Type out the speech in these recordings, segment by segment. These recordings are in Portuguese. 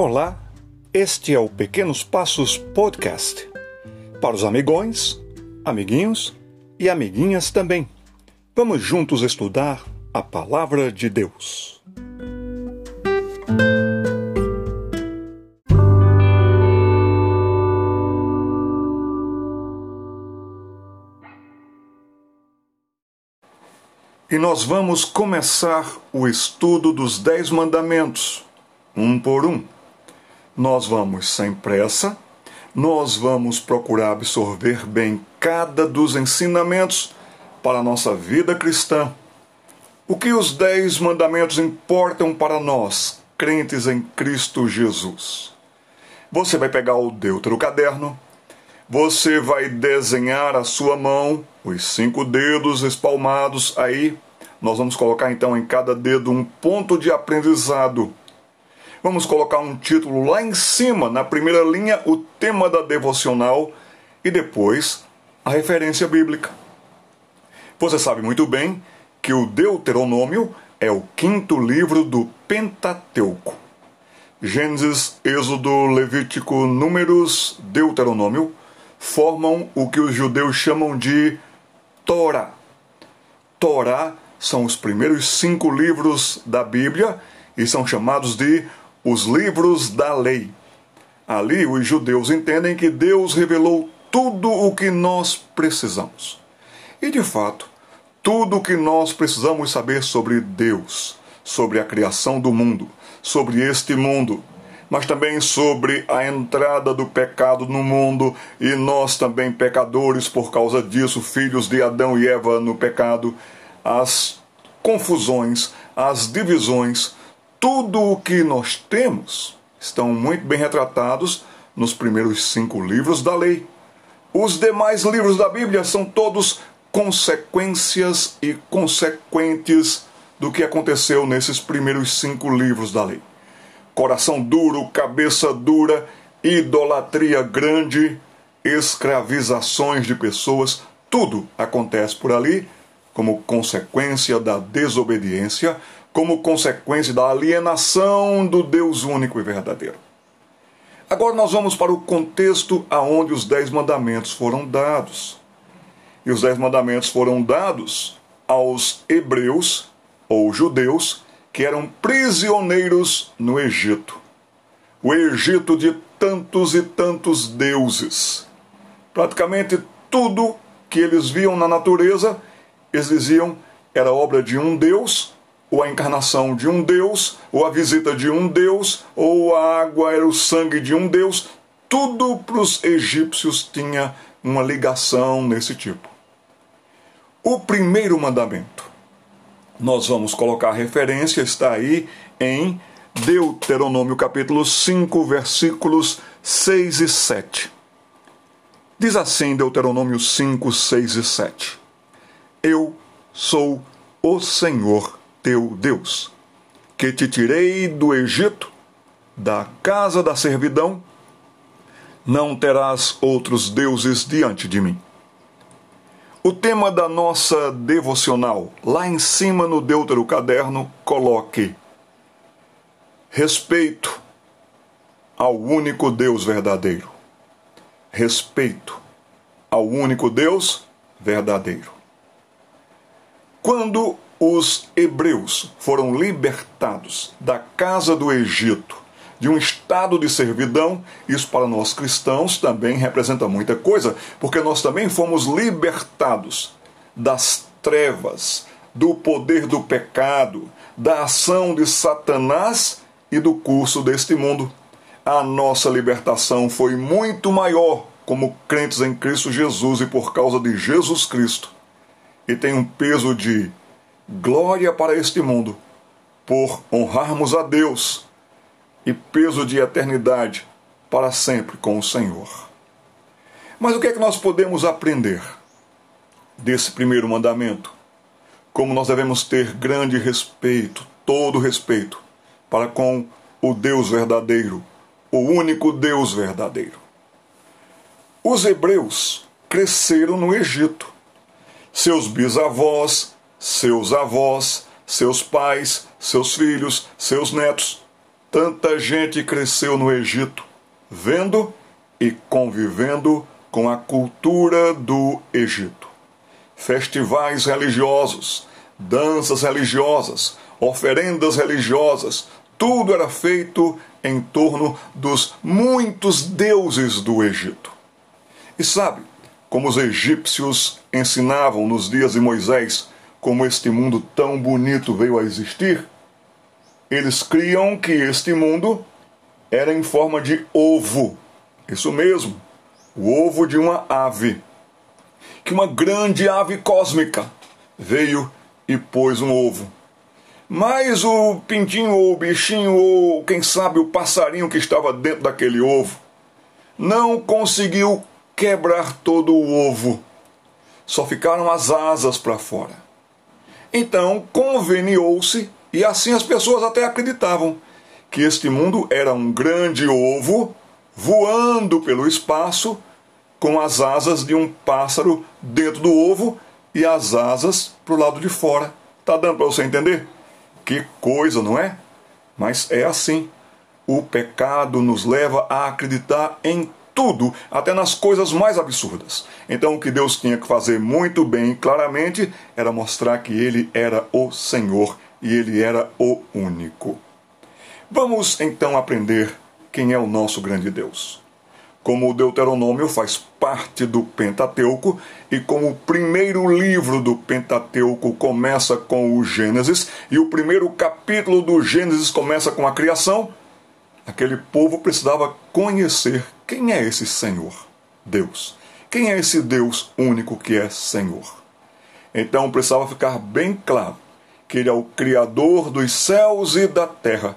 Olá, este é o Pequenos Passos Podcast, para os amigões, amiguinhos e amiguinhas também. Vamos juntos estudar a Palavra de Deus. E nós vamos começar o estudo dos 10 mandamentos, um por um. Nós vamos sem pressa, nós vamos procurar absorver bem cada dos ensinamentos para a nossa vida cristã. O que os 10 mandamentos importam para nós, crentes em Cristo Jesus? Você vai pegar o deuterocaderno, você vai desenhar a sua mão, os 5 dedos espalmados aí. Nós vamos colocar então em cada dedo um ponto de aprendizado. Vamos colocar um título lá em cima, na primeira linha, o tema da devocional e depois a referência bíblica. Você sabe muito bem que o Deuteronômio é o 5º livro do Pentateuco. Gênesis, Êxodo, Levítico, Números, Deuteronômio formam o que os judeus chamam de Torá. Torá são os primeiros 5 livros da Bíblia e são chamados de os livros da lei. Ali os judeus entendem que Deus revelou tudo o que nós precisamos. E de fato, tudo o que nós precisamos saber sobre Deus, sobre a criação do mundo, sobre este mundo, mas também sobre a entrada do pecado no mundo e nós também pecadores por causa disso, filhos de Adão e Eva no pecado, as confusões, as divisões, tudo o que nós temos estão muito bem retratados nos primeiros 5 livros da lei. Os demais livros da Bíblia são todos consequências e consequentes do que aconteceu nesses primeiros 5 livros da lei. Coração duro, cabeça dura, idolatria grande, escravizações de pessoas, tudo acontece por ali como consequência da desobediência, como consequência da alienação do Deus único e verdadeiro. Agora nós vamos para o contexto aonde os 10 mandamentos foram dados. E os 10 mandamentos foram dados aos hebreus, ou judeus, que eram prisioneiros no Egito. O Egito de tantos e tantos deuses. Praticamente tudo que eles viam na natureza, eles diziam era obra de um Deus, ou a encarnação de um Deus, ou a visita de um Deus, ou a água era o sangue de um Deus. Tudo para os egípcios tinha uma ligação nesse tipo. O primeiro mandamento, nós vamos colocar a referência, está aí em Deuteronômio capítulo 5, versículos 6 e 7. Diz assim Deuteronômio 5, 6 e 7. Eu sou o Senhor teu Deus, que te tirei do Egito, da casa da servidão, não terás outros deuses diante de mim. O tema da nossa devocional, lá em cima no deuterocaderno, coloque respeito ao único Deus verdadeiro. Respeito ao único Deus verdadeiro. Quando os hebreus foram libertados da casa do Egito, de um estado de servidão, isso para nós cristãos também representa muita coisa, porque nós também fomos libertados das trevas, do poder do pecado, da ação de Satanás e do curso deste mundo. A nossa libertação foi muito maior como crentes em Cristo Jesus e por causa de Jesus Cristo. E tem um peso de glória para este mundo, por honrarmos a Deus, e peso de eternidade para sempre com o Senhor. Mas o que é que nós podemos aprender desse primeiro mandamento? Como nós devemos ter grande respeito, todo respeito, para com o Deus verdadeiro, o único Deus verdadeiro. Os hebreus cresceram no Egito. Seus bisavós, seus avós, seus pais, seus filhos, seus netos, Tanta gente cresceu no Egito, vendo e convivendo com a cultura do Egito. Festivais religiosos, danças religiosas, oferendas religiosas, tudo era feito em torno dos muitos deuses do Egito. E sabe, como os egípcios ensinavam nos dias de Moisés como este mundo tão bonito veio a existir? Eles criam que este mundo era em forma de ovo. Isso mesmo, o ovo de uma ave. Que uma grande ave cósmica veio e pôs um ovo. Mas o pintinho ou o bichinho ou quem sabe o passarinho que estava dentro daquele ovo não conseguiu quebrar todo o ovo. Só ficaram as asas para fora. Então conveniou-se, e assim as pessoas até acreditavam, que este mundo era um grande ovo voando pelo espaço com as asas de um pássaro dentro do ovo e as asas para o lado de fora. Tá dando para você entender? Que coisa, não é? Mas é assim. O pecado nos leva a acreditar em tudo, até nas coisas mais absurdas. Então o que Deus tinha que fazer muito bem, claramente, era mostrar que Ele era o Senhor e Ele era o único. Vamos então aprender quem é o nosso grande Deus. Como o Deuteronômio faz parte do Pentateuco, e como o primeiro livro do Pentateuco começa com o Gênesis, e o primeiro capítulo do Gênesis começa com a criação, aquele povo precisava conhecer quem é esse Senhor, Deus. Quem é esse Deus único que é Senhor? Então precisava ficar bem claro que Ele é o Criador dos céus e da terra.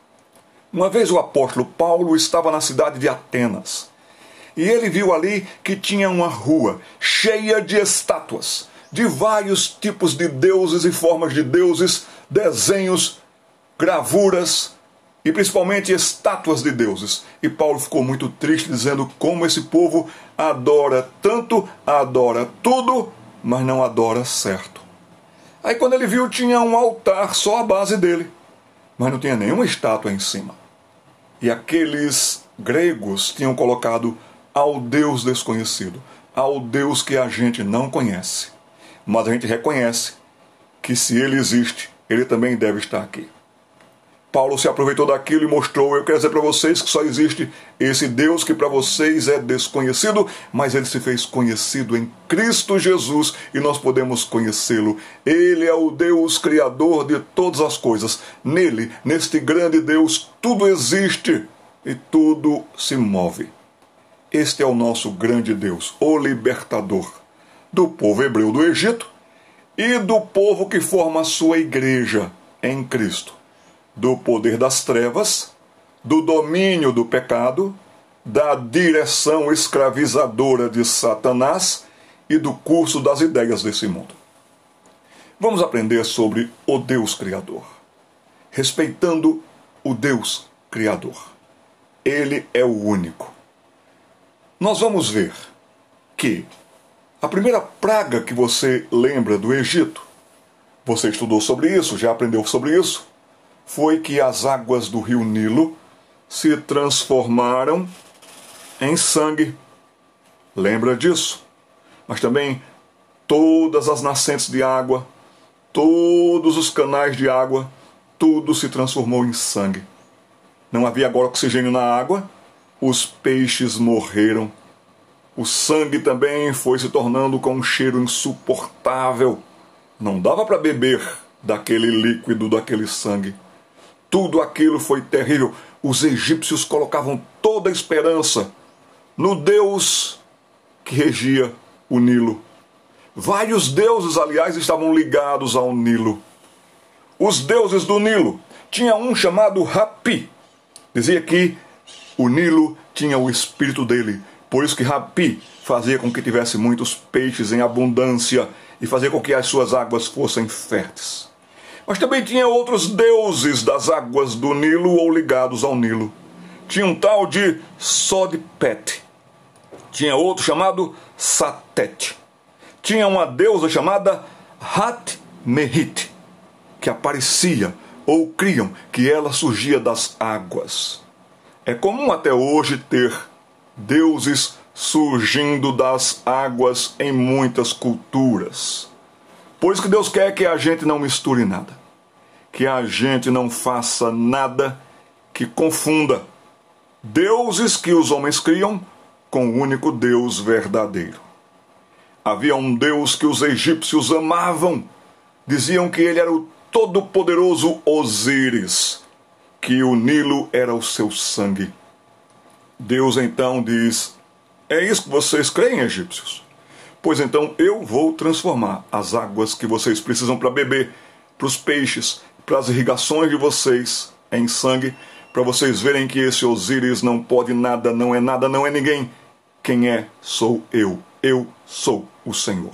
Uma vez o apóstolo Paulo estava na cidade de Atenas, e ele viu ali que tinha uma rua cheia de estátuas, de vários tipos de deuses e formas de deuses, desenhos, gravuras e principalmente estátuas de deuses. E Paulo ficou muito triste, dizendo como esse povo adora tanto, adora tudo, mas não adora certo. Aí quando ele viu, tinha um altar só à base dele, mas não tinha nenhuma estátua em cima. E aqueles gregos tinham colocado ao Deus desconhecido, ao Deus que a gente não conhece. Mas a gente reconhece que se Ele existe, Ele também deve estar aqui. Paulo se aproveitou daquilo e mostrou: eu quero dizer para vocês que só existe esse Deus que para vocês é desconhecido, mas Ele se fez conhecido em Cristo Jesus e nós podemos conhecê-lo. Ele é o Deus Criador de todas as coisas. Nele, neste grande Deus, tudo existe e tudo se move. Este é o nosso grande Deus, o libertador do povo hebreu do Egito e do povo que forma a sua igreja em Cristo, do poder das trevas, do domínio do pecado, da direção escravizadora de Satanás e do curso das ideias desse mundo. Vamos aprender sobre o Deus Criador, respeitando o Deus Criador. Ele é o único. Nós vamos ver que a primeira praga que você lembra do Egito, você estudou sobre isso, já aprendeu sobre isso, foi que as águas do rio Nilo se transformaram em sangue. Lembra disso? Mas também todas as nascentes de água, todos os canais de água, tudo se transformou em sangue. Não havia agora oxigênio na água, os peixes morreram. O sangue também foi se tornando com um cheiro insuportável. Não dava para beber daquele líquido, daquele sangue. Tudo aquilo foi terrível. Os egípcios colocavam toda a esperança no Deus que regia o Nilo. Vários deuses, aliás, estavam ligados ao Nilo. Os deuses do Nilo. Tinha um chamado Hapi. Dizia que o Nilo tinha o espírito dele. Por isso que Hapi fazia com que tivesse muitos peixes em abundância e fazia com que as suas águas fossem férteis. Mas também tinha outros deuses das águas do Nilo ou ligados ao Nilo. Tinha um tal de Sodpet. Tinha outro chamado Satet. Tinha uma deusa chamada Hat-Mehit, que aparecia ou criam que ela surgia das águas. É comum até hoje ter deuses surgindo das águas em muitas culturas. Por isso que Deus quer que a gente não misture nada, que a gente não faça nada que confunda deuses que os homens criam com o único Deus verdadeiro. Havia um Deus que os egípcios amavam, diziam que ele era o todo-poderoso Osíris, que o Nilo era o seu sangue. Deus então diz: é isso que vocês creem, egípcios? Pois então eu vou transformar as águas que vocês precisam para beber, para os peixes, para as irrigações de vocês em sangue, para vocês verem que esse Osíris não pode nada, não é ninguém. Quem é, sou eu. Eu sou o Senhor.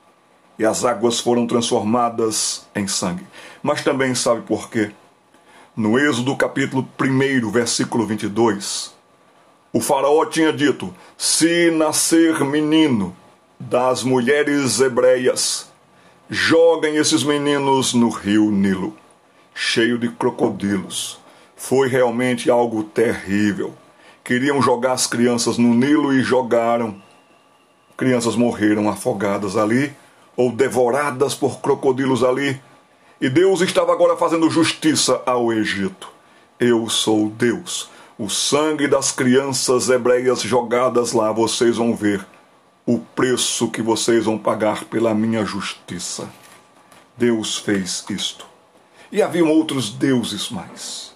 E as águas foram transformadas em sangue. Mas também sabe por quê? No Êxodo capítulo 1, versículo 22, o faraó tinha dito: se nascer menino das mulheres hebreias, joguem esses meninos no rio Nilo, cheio de crocodilos. Foi realmente algo terrível. Queriam jogar as crianças no Nilo e jogaram. Crianças morreram afogadas ali, ou devoradas por crocodilos ali. E Deus estava agora fazendo justiça ao Egito. Eu sou Deus. O sangue das crianças hebreias jogadas lá, vocês vão ver o preço que vocês vão pagar pela minha justiça. Deus fez isto. E haviam outros deuses mais.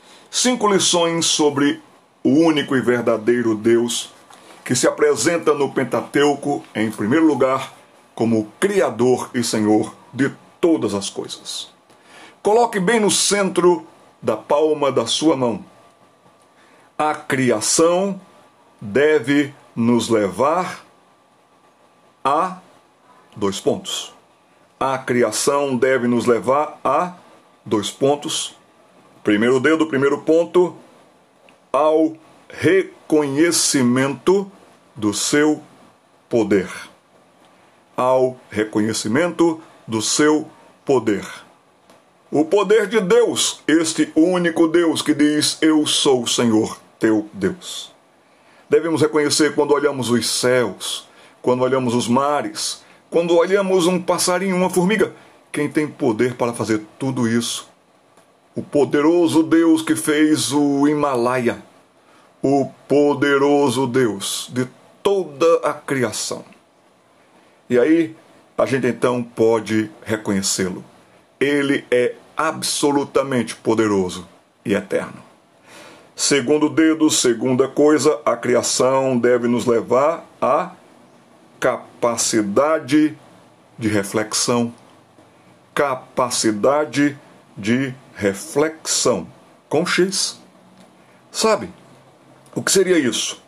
5 lições sobre o único e verdadeiro Deus, que se apresenta no Pentateuco, em primeiro lugar, como Criador e Senhor de todas as coisas. Coloque bem no centro da palma da sua mão: a criação deve nos levar a... dois pontos. A criação deve nos levar a... dois pontos. Primeiro dedo, primeiro ponto: ao reconhecimento do seu poder. Ao reconhecimento do seu poder. O poder de Deus, este único Deus que diz: eu sou o Senhor teu Deus. Devemos reconhecer quando olhamos os céus, quando olhamos os mares, quando olhamos um passarinho, uma formiga. Quem tem poder para fazer tudo isso? O poderoso Deus que fez o Himalaia. O poderoso Deus de toda a criação. E aí, a gente então pode reconhecê-lo. Ele é absolutamente poderoso e eterno. Segundo dedo, segunda coisa, a criação deve nos levar à capacidade de reflexão. Capacidade de reflexão. Com X. Sabe, o que seria isso?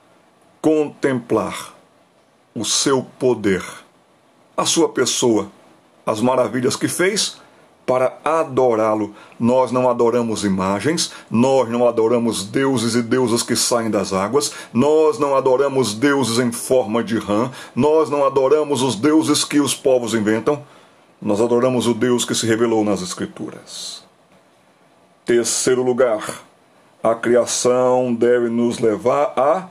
Contemplar o seu poder, a sua pessoa, as maravilhas que fez para adorá-lo. Nós não adoramos imagens, nós não adoramos deuses e deusas que saem das águas, nós não adoramos deuses em forma de rã, nós não adoramos os deuses que os povos inventam, nós adoramos o Deus que se revelou nas Escrituras. Terceiro lugar, a criação deve nos levar a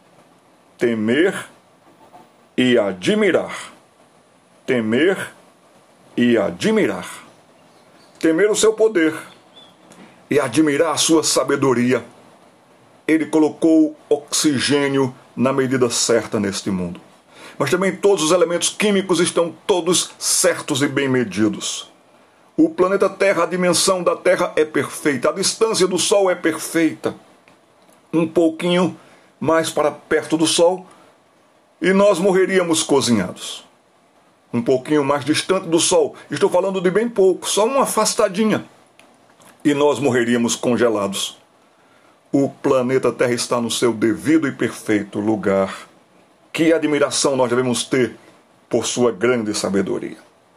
temer e admirar. Temer e admirar. Temer o seu poder e admirar a sua sabedoria. Ele colocou oxigênio na medida certa neste mundo. Mas também todos os elementos químicos estão todos certos e bem medidos. O planeta Terra, a dimensão da Terra é perfeita. A distância do Sol é perfeita. Um pouquinho mais para perto do Sol e nós morreríamos cozinhados. Um pouquinho mais distante do Sol, estou falando de bem pouco, só uma afastadinha, e nós morreríamos congelados. O planeta Terra está no seu devido e perfeito lugar. Que admiração nós devemos ter por sua grande sabedoria.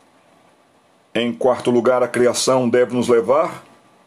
Em quarto lugar, a criação deve nos levar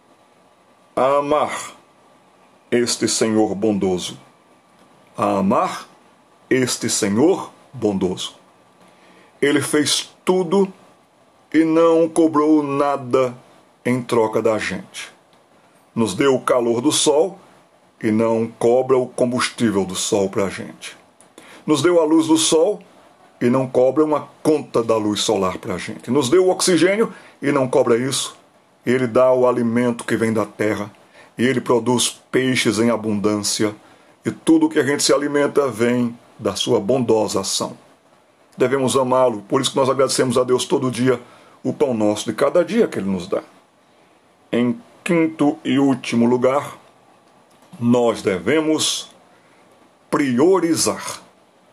a amar este Senhor bondoso. A amar este Senhor bondoso. Ele fez tudo e não cobrou nada em troca da gente. Nos deu o calor do sol e não cobra o combustível do sol para a gente. Nos deu a luz do sol e não cobra uma conta da luz solar para a gente. Nos deu o oxigênio e não cobra isso. Ele dá o alimento que vem da terra e ele produz peixes em abundância e tudo que a gente se alimenta vem da sua bondosa ação. Devemos amá-lo, por isso que nós agradecemos a Deus todo dia o pão nosso de cada dia que ele nos dá. Em quinto e último lugar, nós devemos priorizar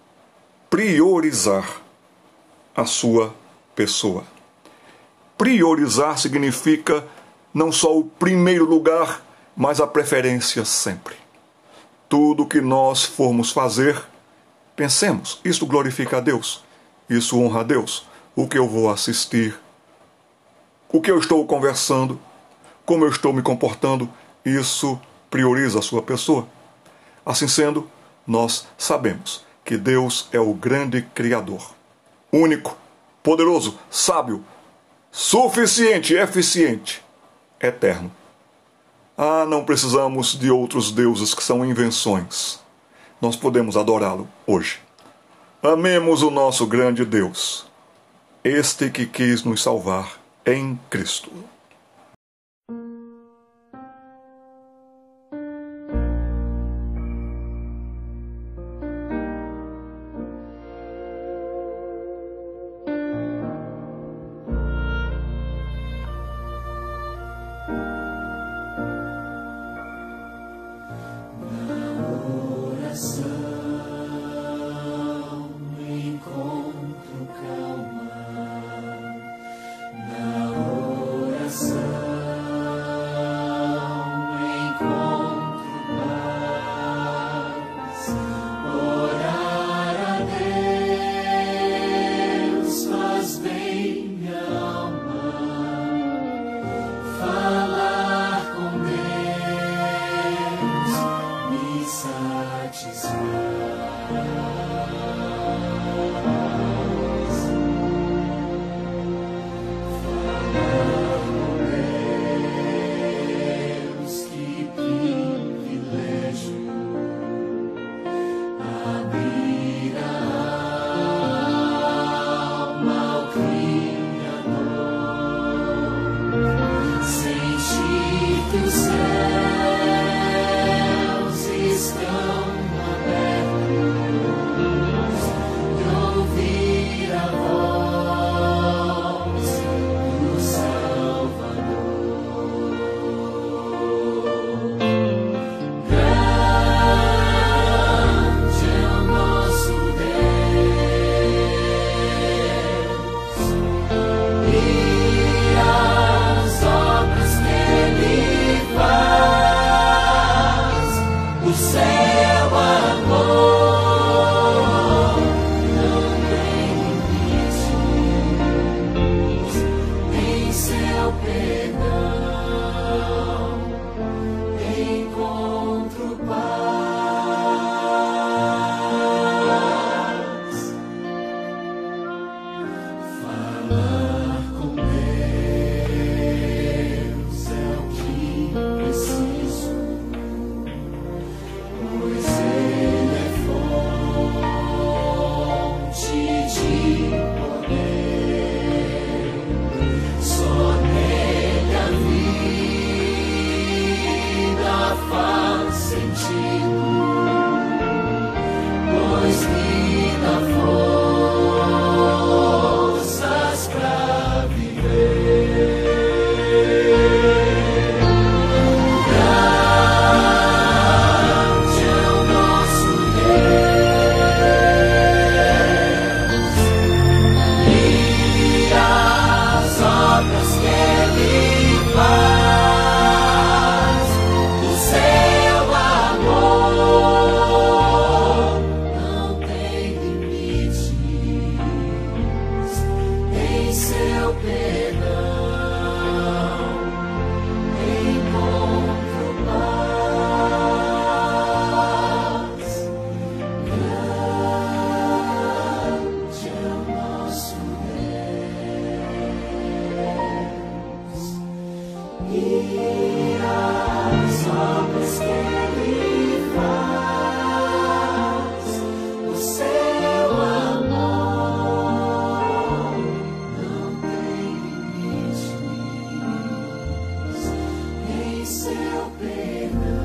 a sua pessoa. Priorizar significa não só o primeiro lugar, mas a preferência sempre. Tudo que nós formos fazer, pensemos, isso glorifica a Deus, isso honra a Deus. O que eu vou assistir, o que eu estou conversando, como eu estou me comportando, isso prioriza a sua pessoa. Assim sendo, nós sabemos que Deus é o grande Criador, único, poderoso, sábio, suficiente, eficiente, eterno. Não precisamos de outros deuses que são invenções. Nós podemos adorá-lo hoje. Amemos o nosso grande Deus, este que quis nos salvar em Cristo. seu perdão.